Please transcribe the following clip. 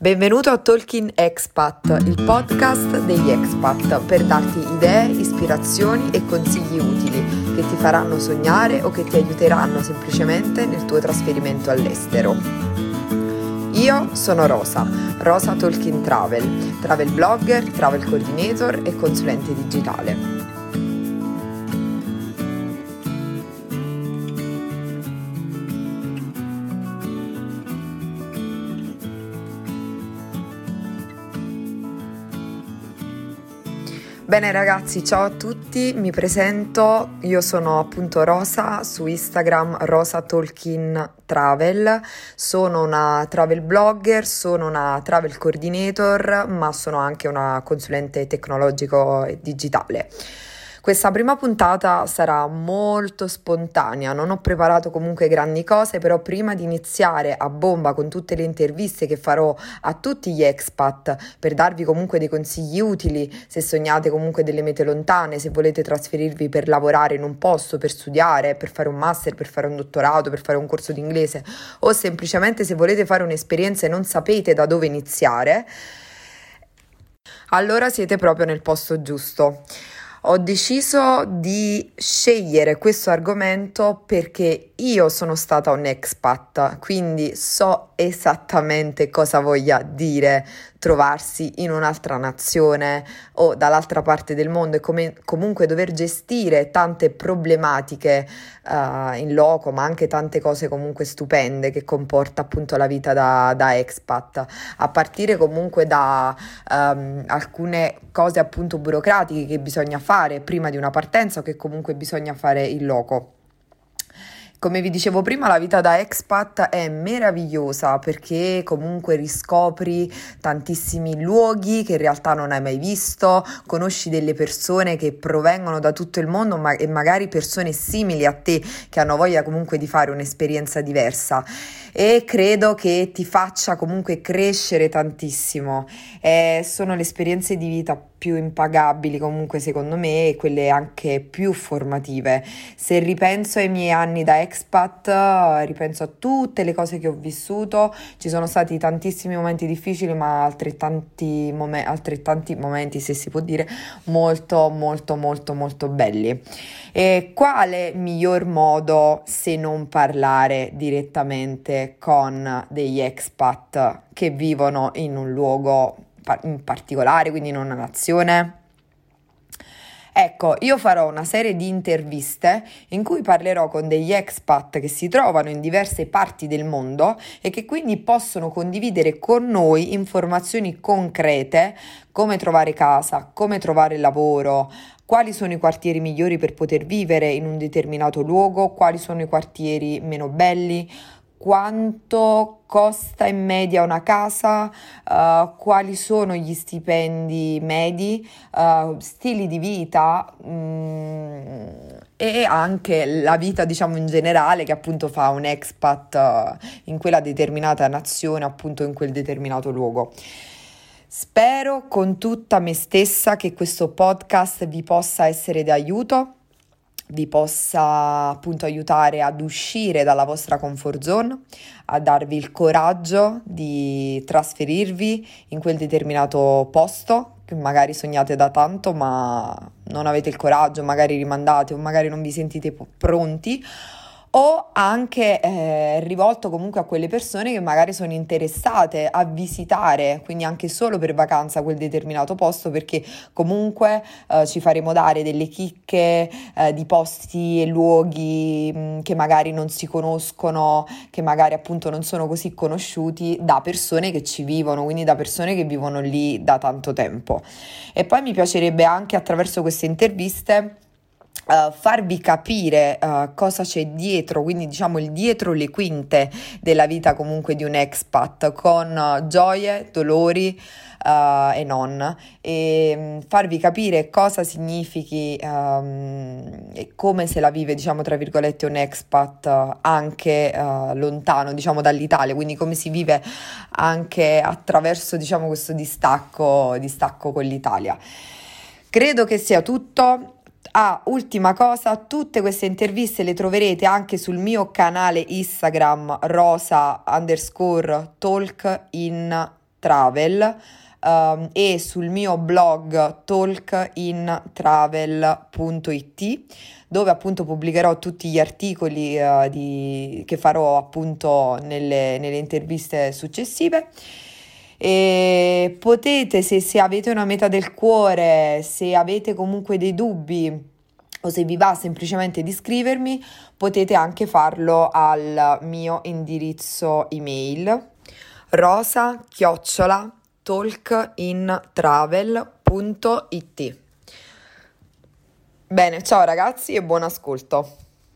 Benvenuto a Talking Expat, il podcast degli expat, per darti idee, ispirazioni e consigli utili che ti faranno sognare o che ti aiuteranno semplicemente nel tuo trasferimento all'estero. Io sono Rosa Talking travel blogger, travel coordinator e consulente digitale. Bene ragazzi, ciao a tutti, mi presento, io sono appunto Rosa, su Instagram Rosa Talking Travel, sono una travel blogger, sono una travel coordinator, ma sono anche una consulente tecnologico e digitale. Questa prima puntata sarà molto spontanea, non ho preparato comunque grandi cose, però prima di iniziare a bomba con tutte le interviste che farò a tutti gli expat per darvi comunque dei consigli utili, se sognate comunque delle mete lontane, se volete trasferirvi per lavorare in un posto, per studiare, per fare un master, per fare un dottorato, per fare un corso di inglese o semplicemente se volete fare un'esperienza e non sapete da dove iniziare, allora siete proprio nel posto giusto. Ho deciso di scegliere questo argomento perché io sono stata un expat, quindi so esattamente cosa voglia dire trovarsi in un'altra nazione o dall'altra parte del mondo e comunque dover gestire tante problematiche in loco, ma anche tante cose comunque stupende che comporta appunto la vita da expat, a partire comunque da alcune cose appunto burocratiche che bisogna fare prima di una partenza o che comunque bisogna fare in loco. Come vi dicevo prima, la vita da expat è meravigliosa perché comunque riscopri tantissimi luoghi che in realtà non hai mai visto, conosci delle persone che provengono da tutto il mondo e magari persone simili a te che hanno voglia comunque di fare un'esperienza diversa e credo che ti faccia comunque crescere tantissimo. Sono le esperienze di vita più impagabili comunque secondo me e quelle anche più formative. Se ripenso ai miei anni da expat, ripenso a tutte le cose che ho vissuto, ci sono stati tantissimi momenti difficili ma altrettanti momenti, se si può dire, molto belli. E quale miglior modo se non parlare direttamente con degli expat che vivono in un luogo in particolare, quindi in una nazione? Ecco, io farò una serie di interviste in cui parlerò con degli expat che si trovano in diverse parti del mondo e che quindi possono condividere con noi informazioni concrete, come trovare casa, come trovare lavoro, quali sono i quartieri migliori per poter vivere in un determinato luogo, quali sono i quartieri meno belli, quanto costa in media una casa, quali sono gli stipendi medi, stili di vita e anche la vita diciamo in generale che appunto fa un expat in quella determinata nazione, appunto in quel determinato luogo. Spero con tutta me stessa che questo podcast vi possa essere d'aiuto, vi possa appunto aiutare ad uscire dalla vostra comfort zone, a darvi il coraggio di trasferirvi in quel determinato posto che magari sognate da tanto ma non avete il coraggio, magari rimandate o magari non vi sentite pronti, o anche rivolto comunque a quelle persone che magari sono interessate a visitare, quindi anche solo per vacanza, quel determinato posto, perché comunque ci faremo dare delle chicche di posti e luoghi che magari non si conoscono, che magari appunto non sono così conosciuti da persone che ci vivono, quindi da persone che vivono lì da tanto tempo. E poi mi piacerebbe anche attraverso queste interviste farvi capire cosa c'è dietro, quindi diciamo il dietro le quinte della vita comunque di un expat, con gioie, dolori e non, e farvi capire cosa significhi e come se la vive diciamo tra virgolette un expat anche lontano diciamo dall'Italia, quindi come si vive anche attraverso diciamo questo distacco con l'Italia. Credo che sia tutto. Ultima cosa, tutte queste interviste le troverete anche sul mio canale Instagram rosa_talk in e sul mio blog talkintravel.it, dove appunto pubblicherò tutti gli articoli che farò appunto nelle interviste successive. E potete, se avete una meta del cuore, se avete comunque dei dubbi o se vi va semplicemente di scrivermi, potete anche farlo al mio indirizzo email rosa@talkintravel.it. Bene, ciao ragazzi e buon ascolto.